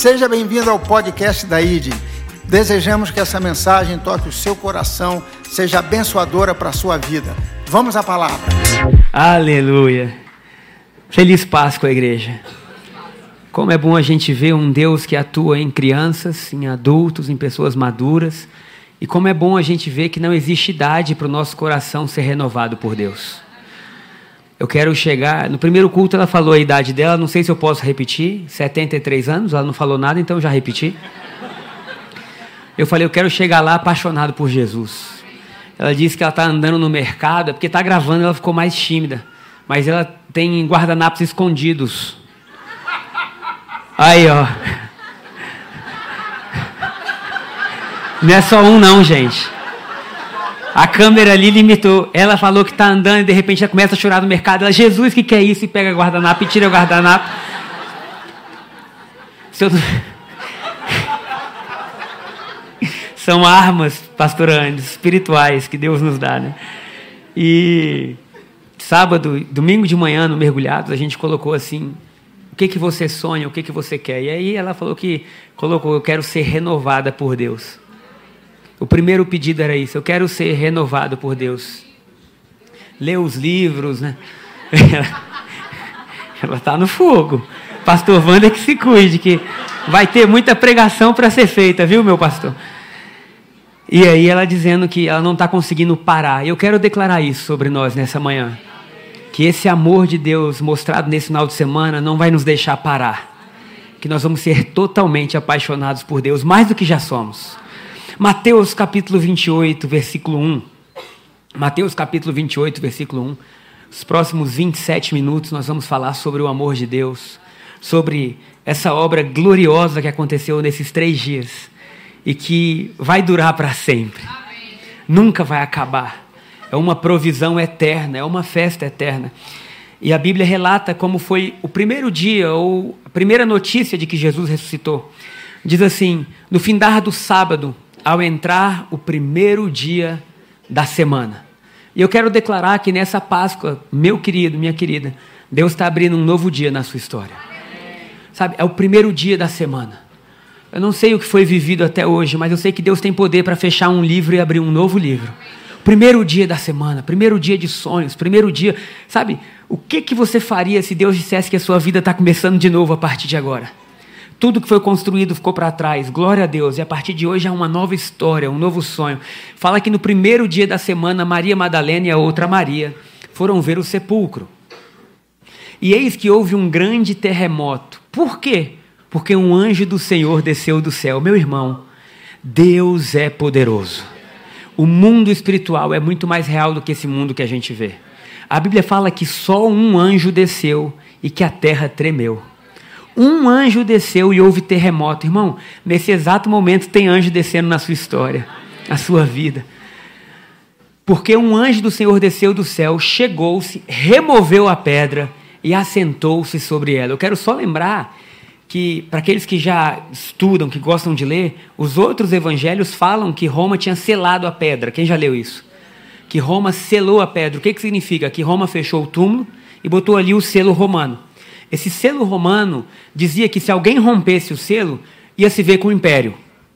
Seja bem-vindo ao podcast da ID. Desejamos que essa mensagem toque o seu coração, seja abençoadora para a sua vida. Vamos à palavra. Aleluia. Feliz Páscoa, igreja. Como é bom a gente ver um Deus que atua em crianças, em adultos, em pessoas maduras. E como é bom a gente ver que não existe idade para o nosso coração ser renovado por Deus. Eu quero chegar... No primeiro culto ela falou a idade dela, não sei se eu posso repetir. 73 anos, ela não falou nada, então eu já repeti. Eu falei, eu quero chegar lá apaixonado por Jesus. Ela disse que ela está andando no mercado, é porque está gravando, ela ficou mais tímida. Mas ela tem guardanapos escondidos. Aí, ó. Não é só um não, gente. A câmera ali limitou. Ela falou que está andando e de repente ela começa a chorar no mercado. Ela, Jesus, o que é isso? E pega guardanapo e tira o guardanapo. São armas, pastor Andes, espirituais que Deus nos dá, né? E sábado, domingo de manhã, no Mergulhados, a gente colocou assim, o que você sonha, o que você quer? E aí ela falou que colocou, eu quero ser renovada por Deus. O primeiro pedido era isso, eu quero ser renovado por Deus. Ler os livros, né? Ela está no fogo. Pastor Wander que se cuide, que vai ter muita pregação para ser feita, viu, meu pastor? E aí ela dizendo que ela não está conseguindo parar. E eu quero declarar isso sobre nós nessa manhã. Que esse amor de Deus mostrado nesse final de semana não vai nos deixar parar. Que nós vamos ser totalmente apaixonados por Deus, mais do que já somos. Mateus capítulo 28, versículo 1. Mateus capítulo 28, versículo 1. Os próximos 27 minutos nós vamos falar sobre o amor de Deus. Sobre essa obra gloriosa que aconteceu nesses 3 dias. E que vai durar para sempre. Amém. Nunca vai acabar. É uma provisão eterna, é uma festa eterna. E a Bíblia relata como foi o primeiro dia, ou a primeira notícia de que Jesus ressuscitou. Diz assim, no findar do sábado, ao entrar o primeiro dia da semana. E eu quero declarar que nessa Páscoa, meu querido, minha querida, Deus está abrindo um novo dia na sua história. Sabe, é o primeiro dia da semana. Eu não sei o que foi vivido até hoje, mas eu sei que Deus tem poder para fechar um livro e abrir um novo livro. Primeiro dia da semana, primeiro dia de sonhos, primeiro dia... Sabe, o que você faria se Deus dissesse que a sua vida está começando de novo a partir de agora? Tudo que foi construído ficou para trás, glória a Deus. E a partir de hoje há uma nova história, um novo sonho. Fala que no primeiro dia da semana, Maria Madalena e a outra Maria foram ver o sepulcro. E eis que houve um grande terremoto. Por quê? Porque um anjo do Senhor desceu do céu. Meu irmão, Deus é poderoso. O mundo espiritual é muito mais real do que esse mundo que a gente vê. A Bíblia fala que só um anjo desceu e que a terra tremeu. Um anjo desceu e houve terremoto. Irmão, nesse exato momento tem anjo descendo na sua história, na sua vida. Porque um anjo do Senhor desceu do céu, chegou-se, removeu a pedra e assentou-se sobre ela. Eu quero só lembrar que, para aqueles que já estudam, que gostam de ler, os outros evangelhos falam que Roma tinha selado a pedra. Quem já leu isso? Que Roma selou a pedra. O que significa? Que Roma fechou o túmulo e botou ali o selo romano. Esse selo romano dizia que se alguém rompesse o selo, ia se ver com o império.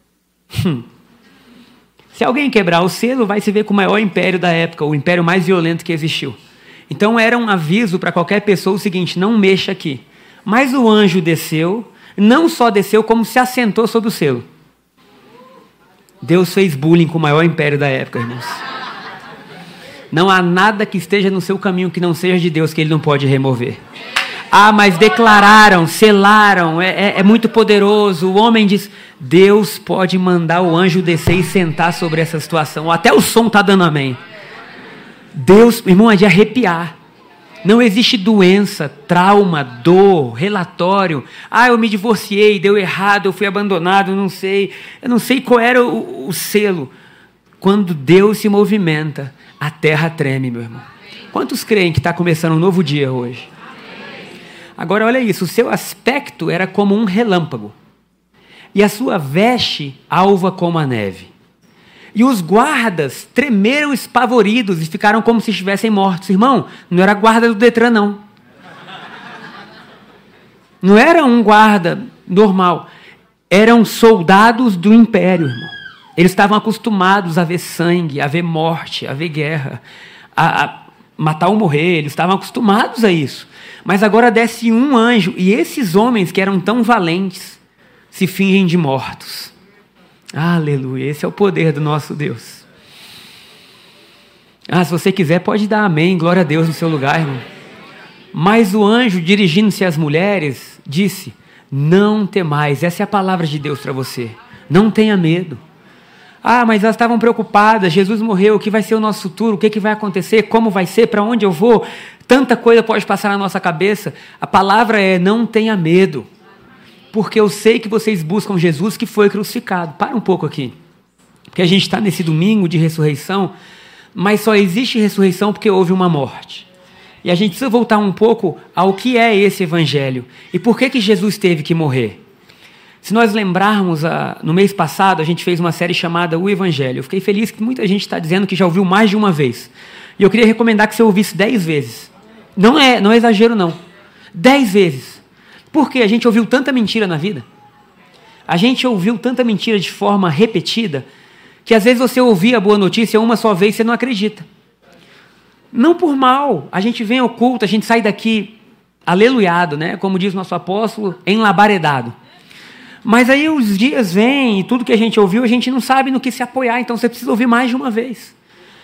Se alguém quebrar o selo, vai se ver com o maior império da época, o império mais violento que existiu. Então era um aviso para qualquer pessoa o seguinte, não mexa aqui. Mas o anjo desceu, não só desceu, como se assentou sobre o selo. Deus fez bullying com o maior império da época, irmãos. Não há nada que esteja no seu caminho que não seja de Deus que Ele não pode remover. Ah, mas declararam, selaram, é muito poderoso. O homem diz, Deus pode mandar o anjo descer e sentar sobre essa situação. Até o som está dando amém. Deus, irmão, é de arrepiar. Não existe doença, trauma, dor, relatório. Ah, eu me divorciei, deu errado, eu fui abandonado, eu não sei qual era o selo. Quando Deus se movimenta, a terra treme, meu irmão. Quantos creem que está começando um novo dia hoje? Agora olha isso, o seu aspecto era como um relâmpago, e a sua veste alva como a neve. E os guardas tremeram espavoridos e ficaram como se estivessem mortos. Irmão, não era guarda do Detran, não. Não era um guarda normal. eram soldados do império, irmão. Eles estavam acostumados a ver sangue, a ver morte, a ver guerra, a matar ou morrer. Eles estavam acostumados a isso. Mas agora desce um anjo, e esses homens que eram tão valentes se fingem de mortos. Aleluia, esse é o poder do nosso Deus. Se você quiser, pode dar amém, glória a Deus no seu lugar, irmão. Mas o anjo, dirigindo-se às mulheres, disse: não temais. Essa é a palavra de Deus para você. Não tenha medo. Mas elas estavam preocupadas. Jesus morreu, o que vai ser o nosso futuro? O que vai acontecer? Como vai ser? Para onde eu vou? Tanta coisa pode passar na nossa cabeça. A palavra é: não tenha medo. Porque eu sei que vocês buscam Jesus que foi crucificado. Para um pouco aqui. Porque a gente está nesse domingo de ressurreição, mas só existe ressurreição porque houve uma morte. E a gente precisa voltar um pouco ao que é esse evangelho. E por que Jesus teve que morrer? Se nós lembrarmos, no mês passado, a gente fez uma série chamada O Evangelho. Eu fiquei feliz que muita gente está dizendo que já ouviu mais de uma vez. E eu queria recomendar que você ouvisse 10 vezes. Não é exagero, não. 10 vezes. Por quê? A gente ouviu tanta mentira na vida. A gente ouviu tanta mentira de forma repetida, que às vezes você ouvia a boa notícia uma só vez e você não acredita. Não por mal. A gente vem ao culto, a gente sai daqui aleluiado, né? Como diz nosso apóstolo, enlabaredado. Mas aí os dias vêm e tudo que a gente ouviu, a gente não sabe no que se apoiar, então você precisa ouvir mais de uma vez.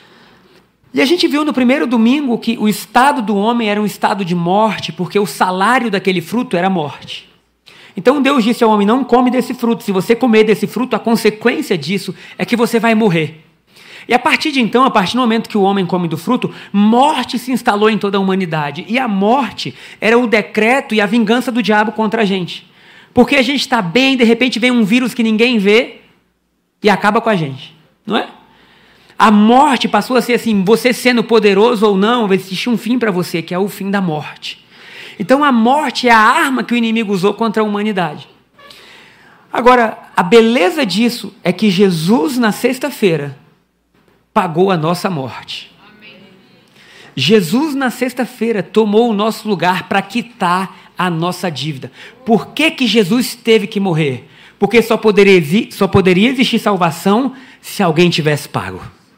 E a gente viu no primeiro domingo que o estado do homem era um estado de morte, porque o salário daquele fruto era morte. Então Deus disse ao homem: não come desse fruto. Se você comer desse fruto, a consequência disso é que você vai morrer. E a partir de então, a partir do momento que o homem come do fruto, morte se instalou em toda a humanidade. E a morte era o decreto e a vingança do diabo contra a gente. Porque a gente está bem, de repente vem um vírus que ninguém vê e acaba com a gente, não é? A morte passou a ser assim: você sendo poderoso ou não, vai existir um fim para você, que é o fim da morte. Então a morte é a arma que o inimigo usou contra a humanidade. Agora, a beleza disso é que Jesus, na sexta-feira, pagou a nossa morte. Jesus, na sexta-feira, tomou o nosso lugar para quitar a nossa dívida. Por que Jesus teve que morrer? Porque só poderia existir salvação se alguém tivesse pago.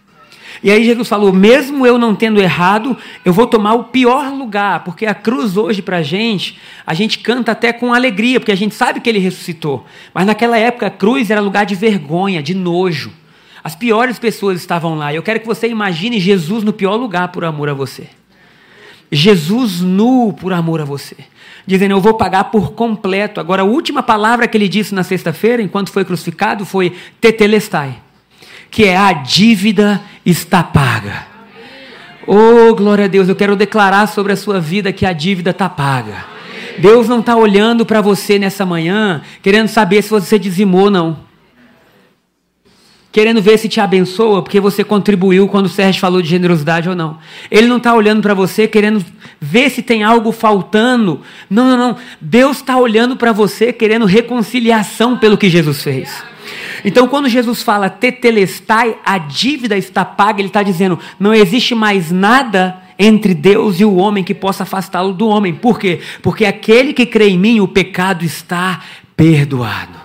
E aí Jesus falou: mesmo eu não tendo errado, eu vou tomar o pior lugar, porque a cruz hoje para a gente canta até com alegria, porque a gente sabe que ele ressuscitou. Mas naquela época a cruz era lugar de vergonha, de nojo. As piores pessoas estavam lá. Eu quero que você imagine Jesus no pior lugar por amor a você. Jesus nu por amor a você. Dizendo: eu vou pagar por completo. Agora, a última palavra que ele disse na sexta-feira, enquanto foi crucificado, foi tetelestai, que é: a dívida está paga. Oh, glória a Deus, eu quero declarar sobre a sua vida que a dívida está paga. Deus não está olhando para você nessa manhã, querendo saber se você dizimou ou não. Querendo ver se te abençoa, porque você contribuiu quando o Sérgio falou de generosidade ou não. Ele não está olhando para você, querendo ver se tem algo faltando. Não. Deus está olhando para você, querendo reconciliação pelo que Jesus fez. Então, quando Jesus fala tetelestai, a dívida está paga, ele está dizendo: não existe mais nada entre Deus e o homem que possa afastá-lo do homem. Por quê? Porque aquele que crê em mim, o pecado está perdoado.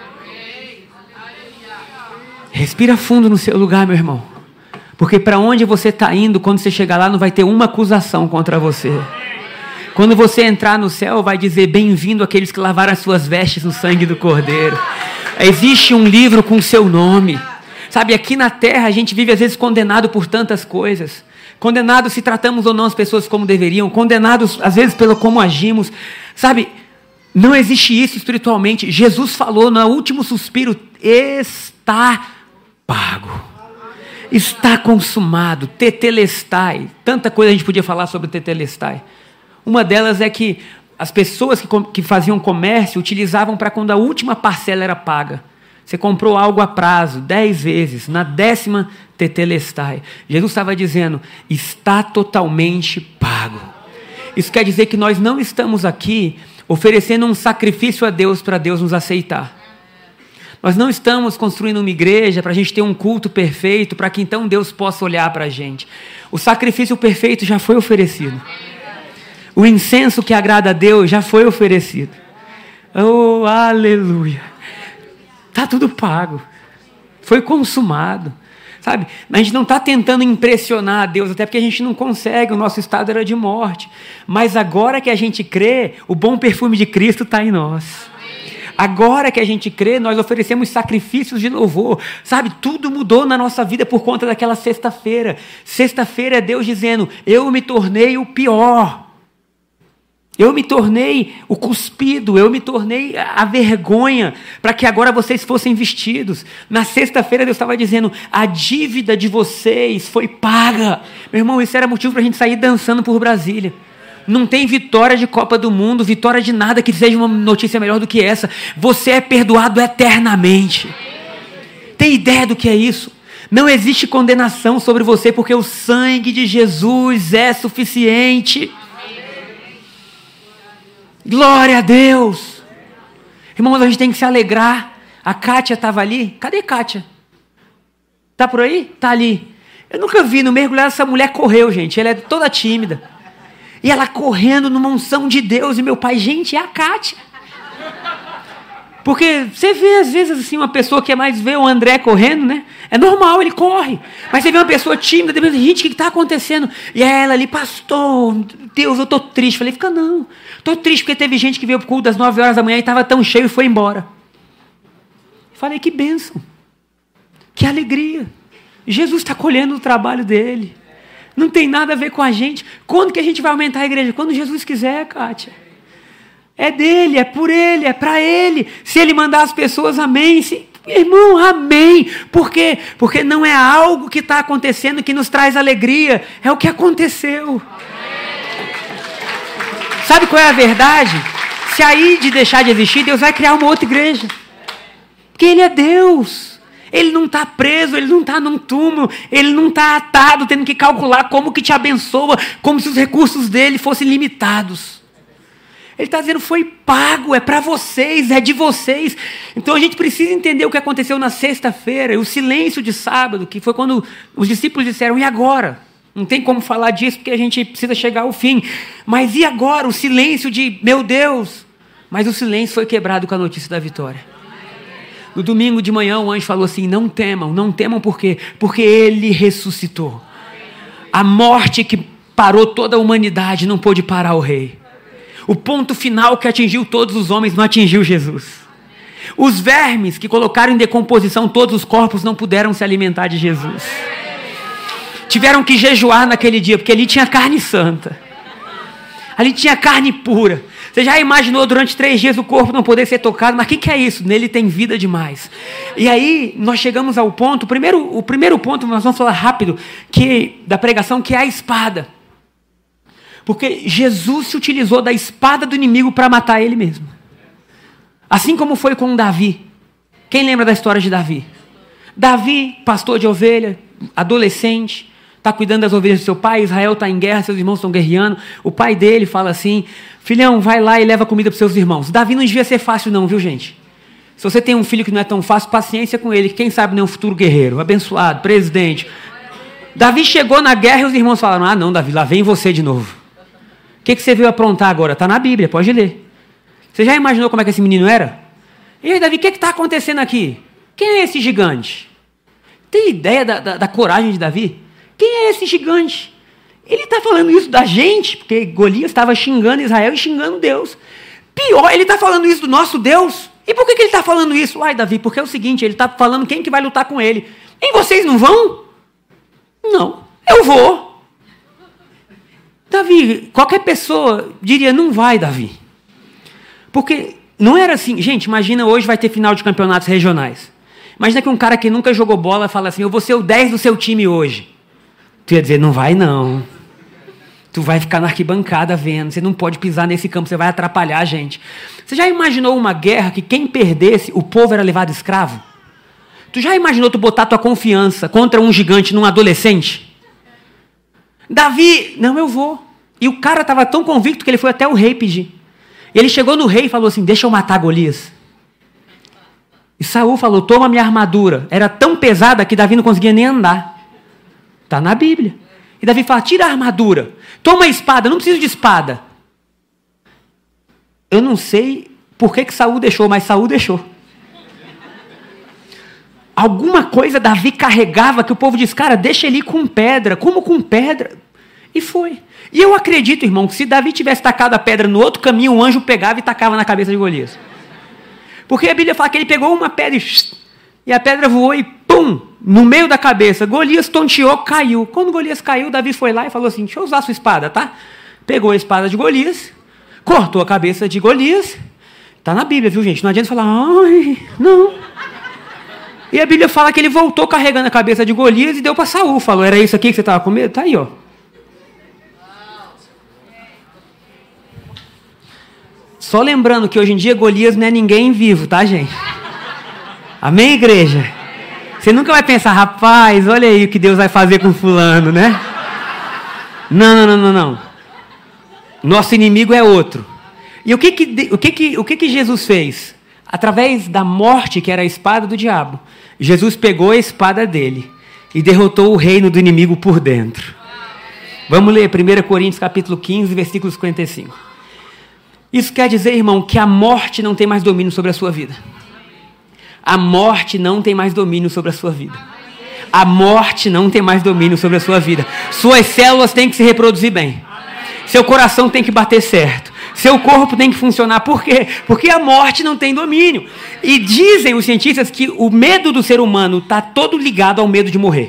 Respira fundo no seu lugar, meu irmão. Porque para onde você está indo, quando você chegar lá, não vai ter uma acusação contra você. Quando você entrar no céu, vai dizer: bem-vindo aqueles que lavaram as suas vestes no sangue do Cordeiro. Existe um livro com o seu nome. Sabe, aqui na terra a gente vive às vezes condenado por tantas coisas. Condenados se tratamos ou não as pessoas como deveriam. Condenados às vezes pelo como agimos. Sabe, não existe isso espiritualmente. Jesus falou no último suspiro: está pago. Está consumado. Tetelestai. Tanta coisa a gente podia falar sobre tetelestai. Uma delas é que as pessoas que faziam comércio utilizavam para quando a última parcela era paga. Você comprou algo a prazo, 10 vezes, na 10ª tetelestai. Jesus estava dizendo: está totalmente pago. Isso quer dizer que nós não estamos aqui oferecendo um sacrifício a Deus para Deus nos aceitar. Nós não estamos construindo uma igreja para a gente ter um culto perfeito, para que então Deus possa olhar para a gente. O sacrifício perfeito já foi oferecido. O incenso que agrada a Deus já foi oferecido. Oh, aleluia. Está tudo pago. Foi consumado. Sabe? A gente não está tentando impressionar a Deus, até porque a gente não consegue, o nosso estado era de morte. Mas agora que a gente crê, o bom perfume de Cristo está em nós. Agora que a gente crê, nós oferecemos sacrifícios de louvor. Sabe, tudo mudou na nossa vida por conta daquela sexta-feira. Sexta-feira é Deus dizendo, eu me tornei o pior. Eu me tornei o cuspido, eu me tornei a vergonha, para que agora vocês fossem vestidos. Na sexta-feira Deus estava dizendo, a dívida de vocês foi paga. Meu irmão, isso era motivo para a gente sair dançando por Brasília. Não tem vitória de Copa do Mundo, vitória de nada que seja uma notícia melhor do que essa. Você é perdoado eternamente. Tem ideia do que é isso? Não existe condenação sobre você, porque o sangue de Jesus é suficiente. Glória a Deus. Irmãos, a gente tem que se alegrar. A Kátia estava ali. Cadê Kátia? Está por aí? Está ali. Eu nunca vi no mergulhar essa mulher correu, gente. Ela é toda tímida. E ela correndo numa unção de Deus. E meu pai, gente, é a Kátia. Porque você vê, às vezes, assim, uma pessoa que é mais vê o André correndo, né? É normal, ele corre. Mas você vê uma pessoa tímida, depois, gente, o que está acontecendo? E aí ela ali, pastor, Deus, eu estou triste. Falei, fica não. Estou triste porque teve gente que veio para o culto das 9 horas da manhã e estava tão cheio e foi embora. Falei, que bênção. Que alegria. Jesus está colhendo o trabalho dele. Não tem nada a ver com a gente. Quando que a gente vai aumentar a igreja? Quando Jesus quiser, Kátia. É dele, é por ele, é para ele. Se ele mandar as pessoas, amém. Irmão, amém. Por quê? Porque não é algo que está acontecendo que nos traz alegria. É o que aconteceu. Sabe qual é a verdade? Se aí de deixar de existir, Deus vai criar uma outra igreja. Porque ele é Deus. Ele não está preso, ele não está num túmulo, ele não está atado, tendo que calcular como que te abençoa, como se os recursos dele fossem limitados. Ele está dizendo, foi pago, é para vocês, é de vocês. Então a gente precisa entender o que aconteceu na sexta-feira, o silêncio de sábado, que foi quando os discípulos disseram, e agora? Não tem como falar disso, porque a gente precisa chegar ao fim. Mas e agora? O silêncio de, meu Deus. Mas o silêncio foi quebrado com a notícia da vitória. No domingo de manhã o anjo falou assim, não temam por quê? Porque ele ressuscitou. A morte que parou toda a humanidade não pôde parar o rei. O ponto final que atingiu todos os homens não atingiu Jesus. Os vermes que colocaram em decomposição todos os corpos não puderam se alimentar de Jesus. Tiveram que jejuar naquele dia, porque ali tinha carne santa. Ali tinha carne pura. Você já imaginou durante 3 dias o corpo não poder ser tocado? Mas o que é isso? Nele tem vida demais. E aí nós chegamos ao ponto, o primeiro ponto, nós vamos falar rápido, da pregação, que é a espada. Porque Jesus se utilizou da espada do inimigo para matar ele mesmo. Assim como foi com Davi. Quem lembra da história de Davi? Davi, pastor de ovelha, adolescente, está cuidando das ovelhas do seu pai, Israel está em guerra, seus irmãos estão guerreando. O pai dele fala assim, filhão, vai lá e leva comida para os seus irmãos. Davi não devia ser fácil não, viu gente? Se você tem um filho que não é tão fácil, paciência com ele, que quem sabe não é um futuro guerreiro, abençoado, presidente. Davi chegou na guerra e os irmãos falaram, ah não, Davi, lá vem você de novo. O que você veio aprontar agora? Está na Bíblia, pode ler. Você já imaginou como é que esse menino era? E aí, Davi, o que está acontecendo aqui? Quem é esse gigante? Tem ideia da coragem de Davi? Quem é esse gigante? Ele está falando isso da gente, porque Golias estava xingando Israel e xingando Deus. Pior, ele está falando isso do nosso Deus. E por que ele está falando isso? Ai, Davi, porque é o seguinte, ele está falando quem que vai lutar com ele. E vocês não vão? Não, eu vou. Davi, qualquer pessoa diria, não vai, Davi. Porque não era assim. Gente, imagina hoje vai ter final de campeonatos regionais. Imagina que um cara que nunca jogou bola fala assim, eu vou ser o 10 do seu time hoje. Tu ia dizer, não vai não. Tu vai ficar na arquibancada vendo, você não pode pisar nesse campo, você vai atrapalhar a gente. Você já imaginou uma guerra que quem perdesse, o povo era levado escravo? Tu já imaginou tu botar tua confiança contra um gigante num adolescente? Davi, não, eu vou. E o cara estava tão convicto que ele foi até o rei pedir. E ele chegou no rei e falou assim, deixa eu matar Golias. E Saul falou, toma minha armadura. Era tão pesada que Davi não conseguia nem andar. Está na Bíblia. E Davi fala, tira a armadura. Toma a espada, não preciso de espada. Eu não sei por que Saul deixou, mas Saul deixou. alguma coisa Davi carregava que o povo diz, cara, deixa ele ir com pedra. Como com pedra? E foi. E eu acredito, irmão, que se Davi tivesse tacado a pedra no outro caminho, o anjo pegava e tacava na cabeça de Golias. Porque a Bíblia fala que ele pegou uma pedra e a pedra voou e pum, no meio da cabeça. Golias tonteou, caiu. Quando Golias caiu, Davi foi lá e falou assim, deixa eu usar a sua espada, tá? Pegou a espada de Golias, cortou a cabeça de Golias. Tá na Bíblia, viu, gente? Não adianta falar, ai, não. E a Bíblia fala que ele voltou carregando a cabeça de Golias e deu para Saul. Falou, era isso aqui que você estava com medo? Tá aí, ó. Só lembrando que hoje em dia Golias não é ninguém vivo, tá, gente? Amém, igreja? Você nunca vai pensar, rapaz, olha aí o que Deus vai fazer com fulano, né? Não. Nosso inimigo é outro. E o que Jesus fez? Através da morte, que era a espada do diabo, Jesus pegou a espada dele e derrotou o reino do inimigo por dentro. Vamos ler 1 Coríntios capítulo 15, versículo 55. Isso quer dizer, irmão, que a morte não tem mais domínio sobre a sua vida. A morte não tem mais domínio sobre a sua vida. A morte não tem mais domínio sobre a sua vida. Suas células têm que se reproduzir bem. Seu coração tem que bater certo. Seu corpo tem que funcionar. Por quê? Porque a morte não tem domínio. E dizem os cientistas que o medo do ser humano está todo ligado ao medo de morrer.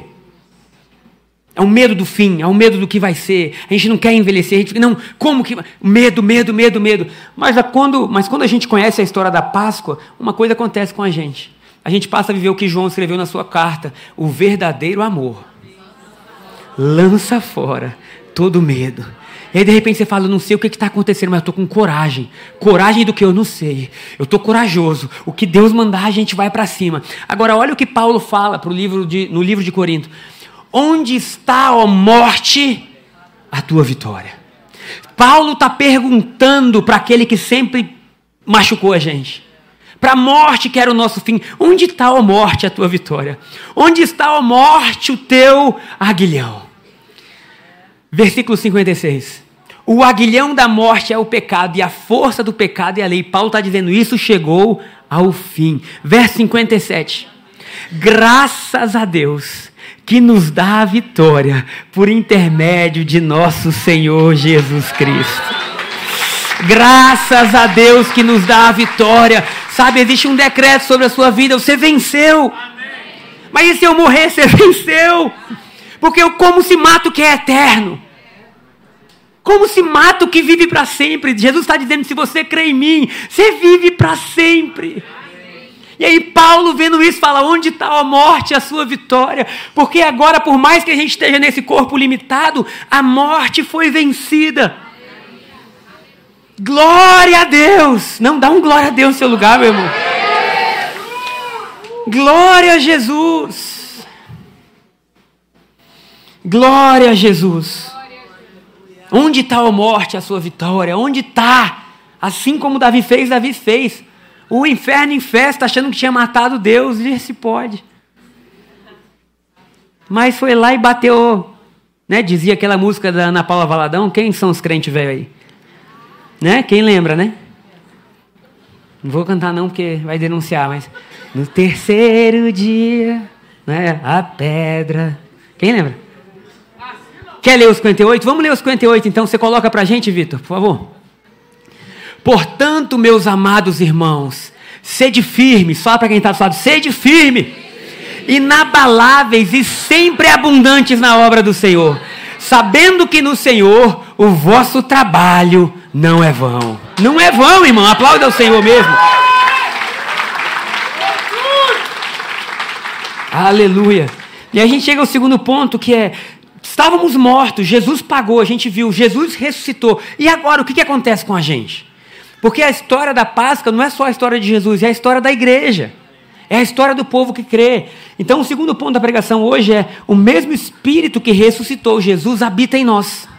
É um medo do fim, é um medo do que vai ser. A gente não quer envelhecer, a gente fica, não, como que... Medo. Mas quando a gente conhece a história da Páscoa, uma coisa acontece com a gente. A gente passa a viver o que João escreveu na sua carta. O verdadeiro amor lança fora todo medo. E aí, de repente, você fala, eu não sei o que está acontecendo, mas eu estou com coragem. Coragem do que eu não sei. Eu estou corajoso. O que Deus mandar, a gente vai para cima. Agora, olha o que Paulo fala no livro de Corinto. Onde está, ó morte, a tua vitória? Paulo está perguntando para aquele que sempre machucou a gente. Para a morte que era o nosso fim. Onde está, ó morte, a tua vitória? Onde está, ó morte, o teu aguilhão? Versículo 56. O aguilhão da morte é o pecado e a força do pecado é a lei. Paulo está dizendo isso chegou ao fim. Verso 57. Graças a Deus que nos dá a vitória por intermédio de nosso Senhor Jesus Cristo. Graças a Deus que nos dá a vitória. Sabe, existe um decreto sobre a sua vida. Você venceu. Mas e se eu morrer, você venceu? Porque como se mata o que é eterno? Como se mata o que vive para sempre? Jesus está dizendo, se você crê em mim, você vive para sempre. E aí Paulo, vendo isso, fala, onde está a morte, a sua vitória? Porque agora, por mais que a gente esteja nesse corpo limitado, a morte foi vencida. Glória a Deus! Não, dá um glória a Deus no seu lugar, meu irmão. Glória a Jesus! Glória a Jesus! Onde está a morte, a sua vitória? Onde está? Assim como Davi fez. O inferno em festa, achando que tinha matado Deus, vê se pode. Mas foi lá e bateu, né? Dizia aquela música da Ana Paula Valadão, quem são os crentes velhos aí? Né? Quem lembra, né? Não vou cantar não, porque vai denunciar, mas... No terceiro dia, né? A pedra... Quem lembra? Quer ler os 58? Vamos ler os 58, então. Você coloca pra gente, Vitor, por favor. Portanto, meus amados irmãos, sede firmes, fala para quem está do lado, sede firme, inabaláveis e sempre abundantes na obra do Senhor, sabendo que no Senhor o vosso trabalho não é vão. Não é vão, irmão, aplauda ao Senhor mesmo. Aleluia. E aí a gente chega ao segundo ponto, que é, estávamos mortos, Jesus pagou, a gente viu, Jesus ressuscitou. E agora, o que acontece com a gente? Porque a história da Páscoa não é só a história de Jesus, é a história da igreja. É a história do povo que crê. Então, o segundo ponto da pregação hoje é: o mesmo Espírito que ressuscitou Jesus habita em nós.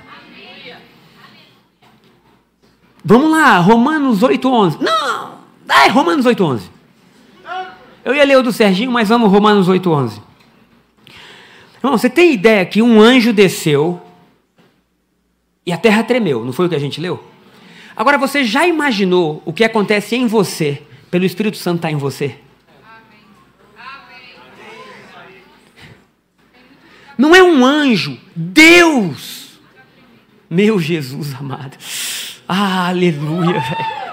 Vamos lá, Romanos 8:11. Não! Romanos 8:11. Eu ia ler o do Serginho, mas vamos Romanos 8:11. Irmão, você tem ideia que um anjo desceu e a terra tremeu? Não foi o que a gente leu? Agora, você já imaginou o que acontece em você pelo Espírito Santo estar em você? Não é um anjo, Deus. Meu Jesus amado. Aleluia, velho.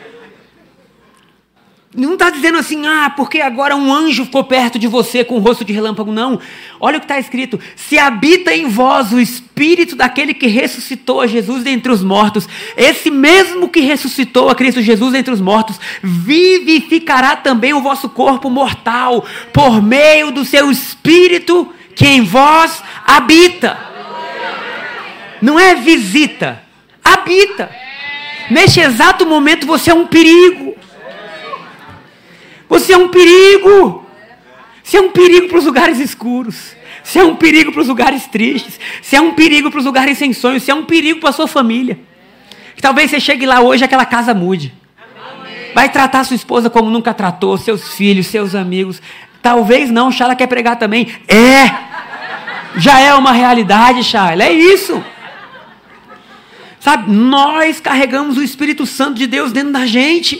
Não está dizendo assim, porque agora um anjo ficou perto de você com o rosto de relâmpago, não. Olha o que está escrito: se habita em vós o Espírito daquele que ressuscitou a Jesus dentre os mortos, esse mesmo que ressuscitou a Cristo Jesus dentre os mortos, vivificará também o vosso corpo mortal, por meio do seu Espírito que em vós habita. Não é visita, habita. Neste exato momento você é um perigo. Você é um perigo. Você é um perigo para os lugares escuros. Você é um perigo para os lugares tristes. Você é um perigo para os lugares sem sonhos. Você é um perigo para a sua família. Talvez você chegue lá hoje e aquela casa mude. Vai tratar sua esposa como nunca tratou, seus filhos, seus amigos. Talvez não, Shala quer pregar também. Já é uma realidade, Shala. É isso. Sabe, nós carregamos o Espírito Santo de Deus dentro da gente.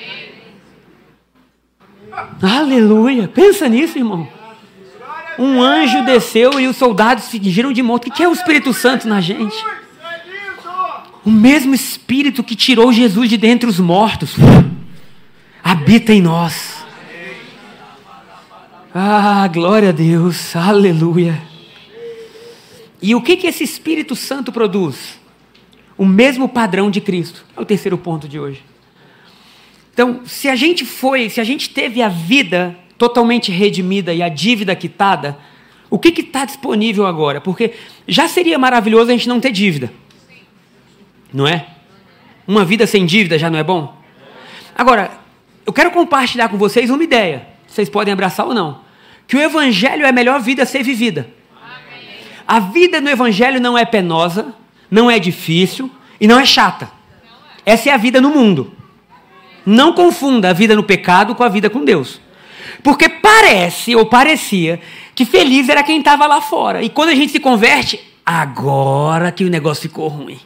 Aleluia, pensa nisso, irmão. Um anjo desceu e os soldados fingiram de morto. O que é o Espírito Santo na gente? O mesmo Espírito que tirou Jesus de dentre os mortos habita em nós. Glória a Deus, aleluia. E o que esse Espírito Santo produz? O mesmo padrão de Cristo. É o terceiro ponto de hoje. Então, se a gente teve a vida totalmente redimida e a dívida quitada, o que está disponível agora? Porque já seria maravilhoso a gente não ter dívida. Não é? Uma vida sem dívida já não é bom? Agora, eu quero compartilhar com vocês uma ideia. Vocês podem abraçar ou não. Que o Evangelho é a melhor vida a ser vivida. A vida no Evangelho não é penosa, não é difícil e não é chata. Essa é a vida no mundo. Não confunda a vida no pecado com a vida com Deus. Porque parece ou parecia que feliz era quem estava lá fora. E quando a gente se converte, agora que o negócio ficou ruim.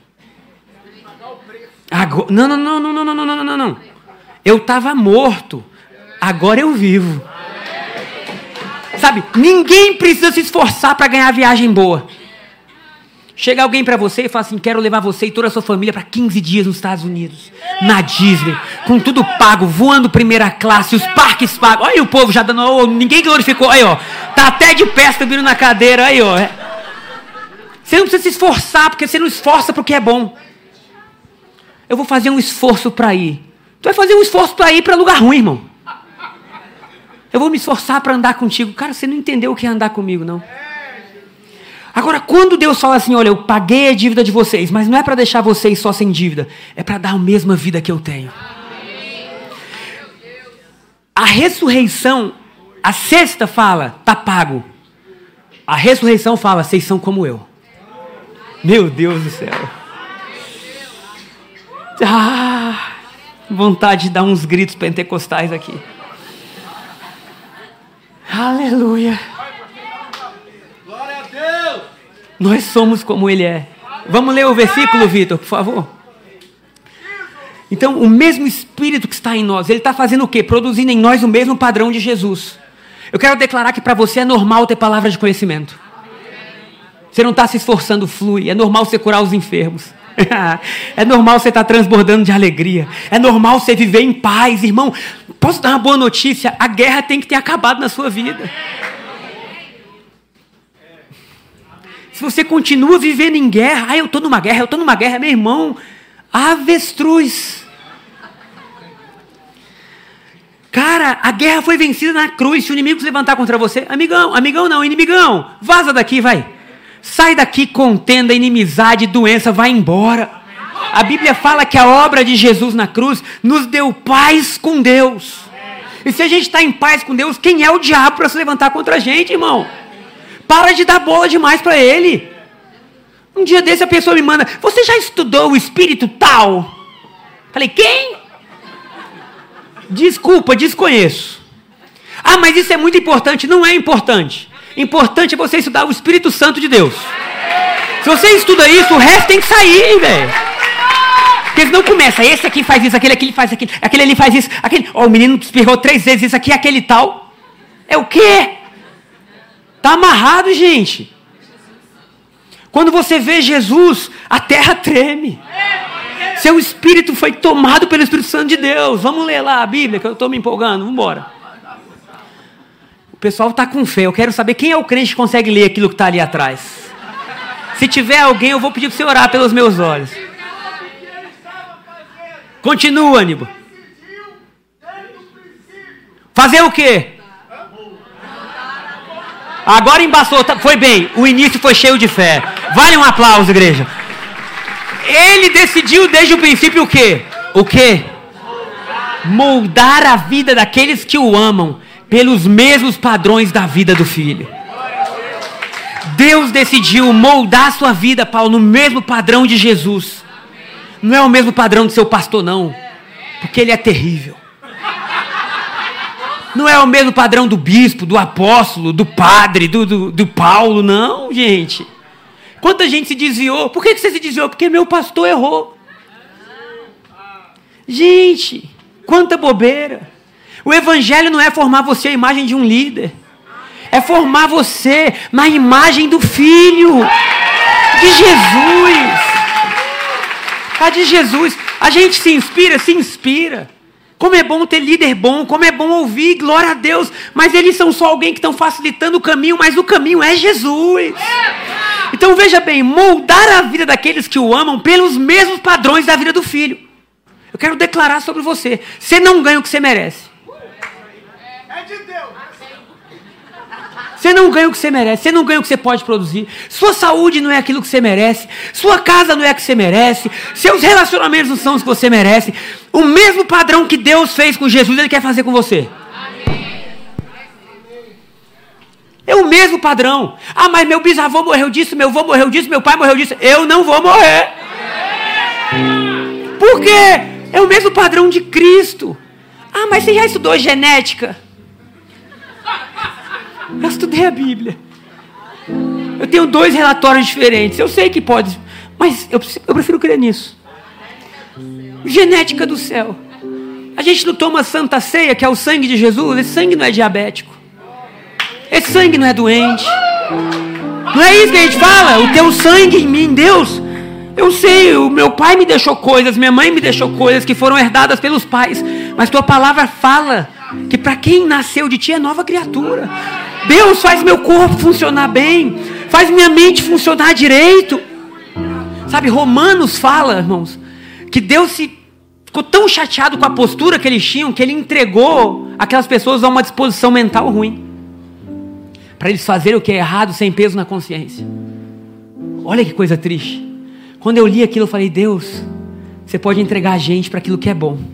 Agora, não. Eu estava morto, agora eu vivo. Sabe, ninguém precisa se esforçar para ganhar a viagem boa. Chega alguém para você e fala assim: quero levar você e toda a sua família para 15 dias nos Estados Unidos, na Disney, com tudo pago, voando primeira classe, os parques pagos. Olha o povo já dando, ninguém glorificou. Aí, ó, tá até de pé subindo na cadeira. Aí, ó. Você não precisa se esforçar, porque você não esforça porque é bom. Eu vou fazer um esforço para ir. Tu vai fazer um esforço para ir para lugar ruim, irmão. Eu vou me esforçar para andar contigo. Cara, você não entendeu o que é andar comigo, não. Agora, quando Deus fala assim: olha, eu paguei a dívida de vocês, mas não é para deixar vocês só sem dívida, é para dar a mesma vida que eu tenho. A ressurreição, a sexta fala, tá pago. A ressurreição fala, vocês são como eu. Meu Deus do céu. Vontade de dar uns gritos pentecostais aqui. Aleluia. Nós somos como Ele é. Vamos ler o versículo, Vitor, por favor. Então, o mesmo Espírito que está em nós, Ele está fazendo o quê? Produzindo em nós o mesmo padrão de Jesus. Eu quero declarar que para você é normal ter palavras de conhecimento. Você não está se esforçando, flui. É normal você curar os enfermos. É normal você estar transbordando de alegria. É normal você viver em paz, irmão. Posso dar uma boa notícia? A guerra tem que ter acabado na sua vida. Se você continua vivendo em guerra, eu estou numa guerra, meu irmão, avestruz. Cara, a guerra foi vencida na cruz. Se o inimigo se levantar contra você, inimigão, vaza daqui, vai. Sai daqui, contenda, inimizade, doença, vai embora. A Bíblia fala que a obra de Jesus na cruz nos deu paz com Deus. E se a gente está em paz com Deus, quem é o diabo para se levantar contra a gente, irmão? Para de dar bola demais para ele. Um dia desse a pessoa me manda: você já estudou o espírito tal? Falei: quem? Desculpa, desconheço. Mas isso é muito importante. Não é importante. Importante é você estudar o Espírito Santo de Deus. Se você estuda isso, o resto tem que sair, velho. Porque senão começa: esse aqui faz isso, aquele faz aquilo, aquele ali faz isso, aquele... o menino espirrou 3 vezes isso aqui, aquele tal. É o quê? Tá amarrado, gente. Quando você vê Jesus, a terra treme. Seu espírito foi tomado pelo Espírito Santo de Deus. Vamos ler lá a Bíblia, que eu estou me empolgando. Vamos embora. O pessoal está com fé. Eu quero saber quem é o crente que consegue ler aquilo que está ali atrás. Se tiver alguém, eu vou pedir para você orar pelos meus olhos. Continua, Aníbal. Fazer o quê? Agora embaçou, foi bem. O início foi cheio de fé. Vale um aplauso, igreja. Ele decidiu desde o princípio o quê? O quê? Moldar a vida daqueles que o amam pelos mesmos padrões da vida do Filho. Deus decidiu moldar a sua vida, Paulo, no mesmo padrão de Jesus. Não é o mesmo padrão do seu pastor, não. Porque ele é terrível. Não é o mesmo padrão do bispo, do apóstolo, do padre, do Paulo, não, gente. Quanta gente se desviou. Por que você se desviou? Porque meu pastor errou. Gente, quanta bobeira. O evangelho não é formar você a imagem de um líder. É formar você na imagem do Filho. De Jesus. A de Jesus. A gente se inspira. Como é bom ter líder bom, como é bom ouvir, glória a Deus. Mas eles são só alguém que estão facilitando o caminho, mas o caminho é Jesus. Então veja bem, moldar a vida daqueles que o amam pelos mesmos padrões da vida do Filho. Eu quero declarar sobre você. Você não ganha o que você merece. É de Deus. Você não ganha o que você merece, você não ganha o que você pode produzir. Sua saúde não é aquilo que você merece. Sua casa não é o que você merece. Seus relacionamentos não são os que você merece. O mesmo padrão que Deus fez com Jesus, Ele quer fazer com você. É o mesmo padrão. Ah, mas meu bisavô morreu disso, meu avô morreu disso, meu pai morreu disso. Eu não vou morrer. Por quê? É o mesmo padrão de Cristo. Ah, mas você já estudou genética? Eu estudei a Bíblia. Eu tenho 2 relatórios diferentes. Eu sei que pode, mas eu prefiro crer nisso. Genética do céu. A gente não toma Santa Ceia, que é o sangue de Jesus. Esse sangue não é diabético. Esse sangue não é doente. Não é isso que a gente fala? O teu sangue em mim, Deus. Eu sei, o meu pai me deixou coisas, minha mãe me deixou coisas que foram herdadas pelos pais. Mas tua palavra fala que para quem nasceu de ti é nova criatura. Deus faz meu corpo funcionar bem, faz minha mente funcionar direito. Sabe, Romanos fala, irmãos, que Deus ficou tão chateado com a postura que eles tinham, que Ele entregou aquelas pessoas a uma disposição mental ruim, para eles fazerem o que é errado sem peso na consciência. Olha que coisa triste. Quando eu li aquilo eu falei, Deus, você pode entregar a gente para aquilo que é bom.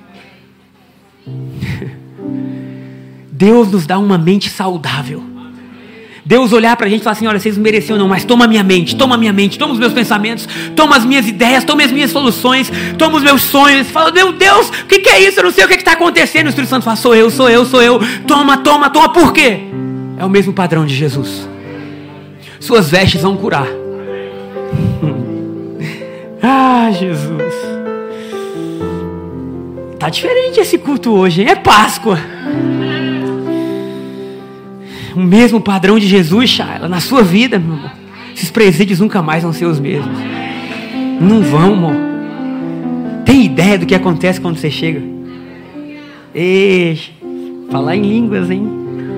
Deus nos dá uma mente saudável. Deus olhar para a gente e falar assim, olha, vocês não mereciam não, mas toma a minha mente, toma os meus pensamentos, toma as minhas ideias, toma as minhas soluções, toma os meus sonhos. Fala, meu Deus, o que é isso? Eu não sei o que está acontecendo. O Espírito Santo fala, sou eu. Toma, por quê? É o mesmo padrão de Jesus. Suas vestes vão curar. Ah, Jesus. Tá diferente esse culto hoje, hein? É Páscoa. O mesmo padrão de Jesus, Shayla, na sua vida, meu irmão. Esses presídios nunca mais vão ser os mesmos. Não vão, irmão. Tem ideia do que acontece quando você chega? Falar em línguas, hein?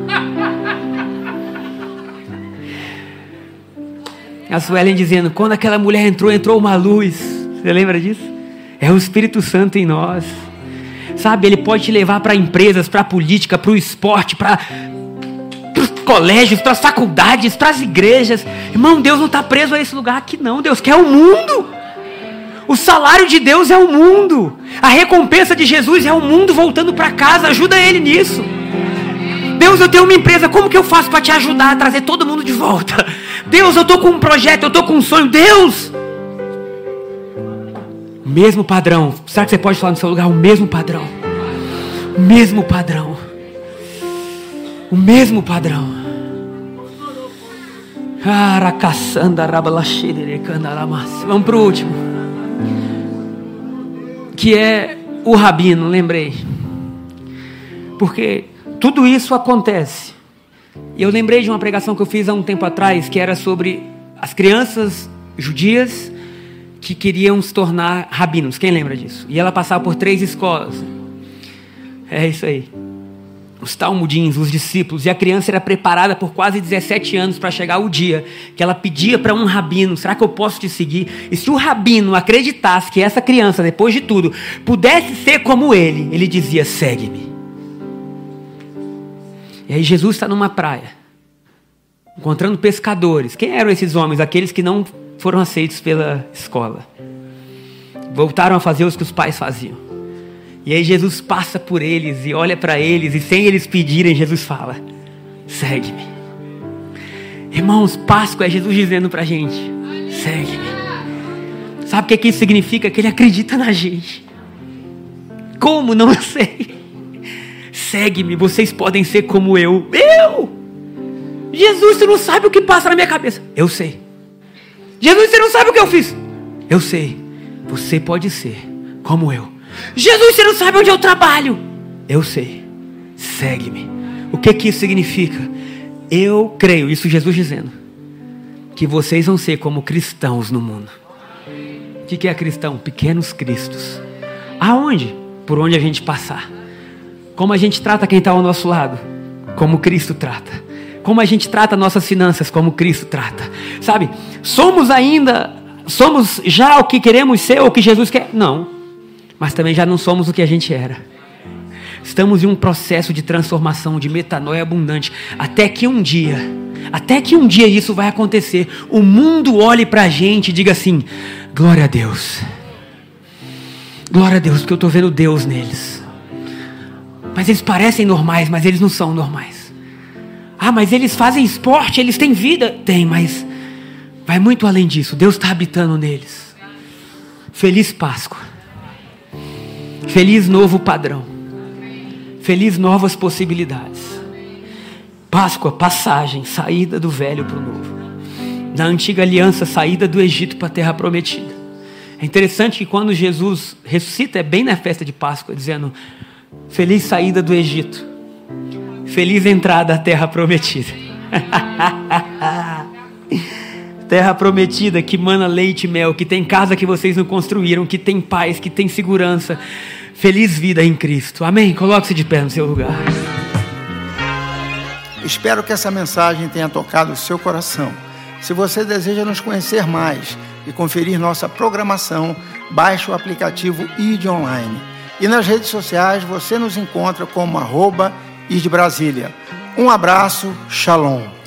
A Suelen dizendo, quando aquela mulher entrou uma luz. Você lembra disso? É o Espírito Santo em nós. Sabe, Ele pode te levar para empresas, para a política, para o esporte, para os colégios, para as faculdades, para as igrejas. Irmão, Deus não está preso a esse lugar aqui não. Deus quer o mundo. O salário de Deus é o mundo. A recompensa de Jesus é o mundo voltando para casa. Ajuda Ele nisso. Deus, eu tenho uma empresa, como que eu faço para te ajudar a trazer todo mundo de volta? Deus, eu estou com um projeto, eu estou com um sonho. Deus! O mesmo padrão. Será que você pode falar no seu lugar? O mesmo padrão. O mesmo padrão. O mesmo padrão. Vamos para o último. Que é o rabino, lembrei. Porque tudo isso acontece. E eu lembrei de uma pregação que eu fiz há um tempo atrás, que era sobre as crianças judias que queriam se tornar rabinos. Quem lembra disso? E ela passava por 3 escolas. É isso aí. Os talmudins, os discípulos. E a criança era preparada por quase 17 anos para chegar o dia que ela pedia para um rabino: será que eu posso te seguir? E se o rabino acreditasse que essa criança, depois de tudo, pudesse ser como ele dizia: segue-me. E aí Jesus está numa praia, encontrando pescadores. Quem eram esses homens? Aqueles que não foram aceitos pela escola. Voltaram a fazer os que os pais faziam. E aí Jesus passa por eles e olha para eles, e sem eles pedirem, Jesus fala: segue-me. Irmãos, Páscoa é Jesus dizendo para a gente: segue-me. Sabe o que isso significa? Que Ele acredita na gente. Como? Não sei. Segue-me, vocês podem ser como eu. Jesus, você não sabe o que passa na minha cabeça. Eu sei. Jesus, você não sabe o que eu fiz. Eu sei. Você pode ser como eu. Jesus, você não sabe onde eu trabalho. Eu sei. Segue-me. O que isso significa? Eu creio, isso Jesus dizendo, que vocês vão ser como cristãos no mundo. O que é cristão? Pequenos cristos. Aonde? Por onde a gente passar. Como a gente trata quem está ao nosso lado? Como Cristo trata. Como a gente trata nossas finanças? Como Cristo trata. Sabe? Somos já o que queremos ser, ou o que Jesus quer? Não. Mas também já não somos o que a gente era. Estamos em um processo de transformação, de metanoia abundante. Até que um dia isso vai acontecer. O mundo olhe para a gente e diga assim: glória a Deus. Glória a Deus, porque eu estou vendo Deus neles. Mas eles parecem normais, mas eles não são normais. Ah, mas eles fazem esporte, eles têm vida. Tem, mas vai muito além disso. Deus está habitando neles. Feliz Páscoa. Feliz novo padrão. Feliz novas possibilidades. Páscoa, passagem, saída do velho para o novo. Na antiga aliança, saída do Egito para a terra prometida. É interessante que quando Jesus ressuscita, é bem na festa de Páscoa, dizendo: feliz saída do Egito, feliz entrada à terra prometida. Terra prometida que mana leite e mel, que tem casa que vocês não construíram, que tem paz, que tem segurança. Feliz vida em Cristo. Amém? Coloque-se de pé no seu lugar. Espero que essa mensagem tenha tocado o seu coração. Se você deseja nos conhecer mais e conferir nossa programação, baixe o aplicativo ID Online. E nas redes sociais você nos encontra como @IDBrasília. Um abraço, shalom.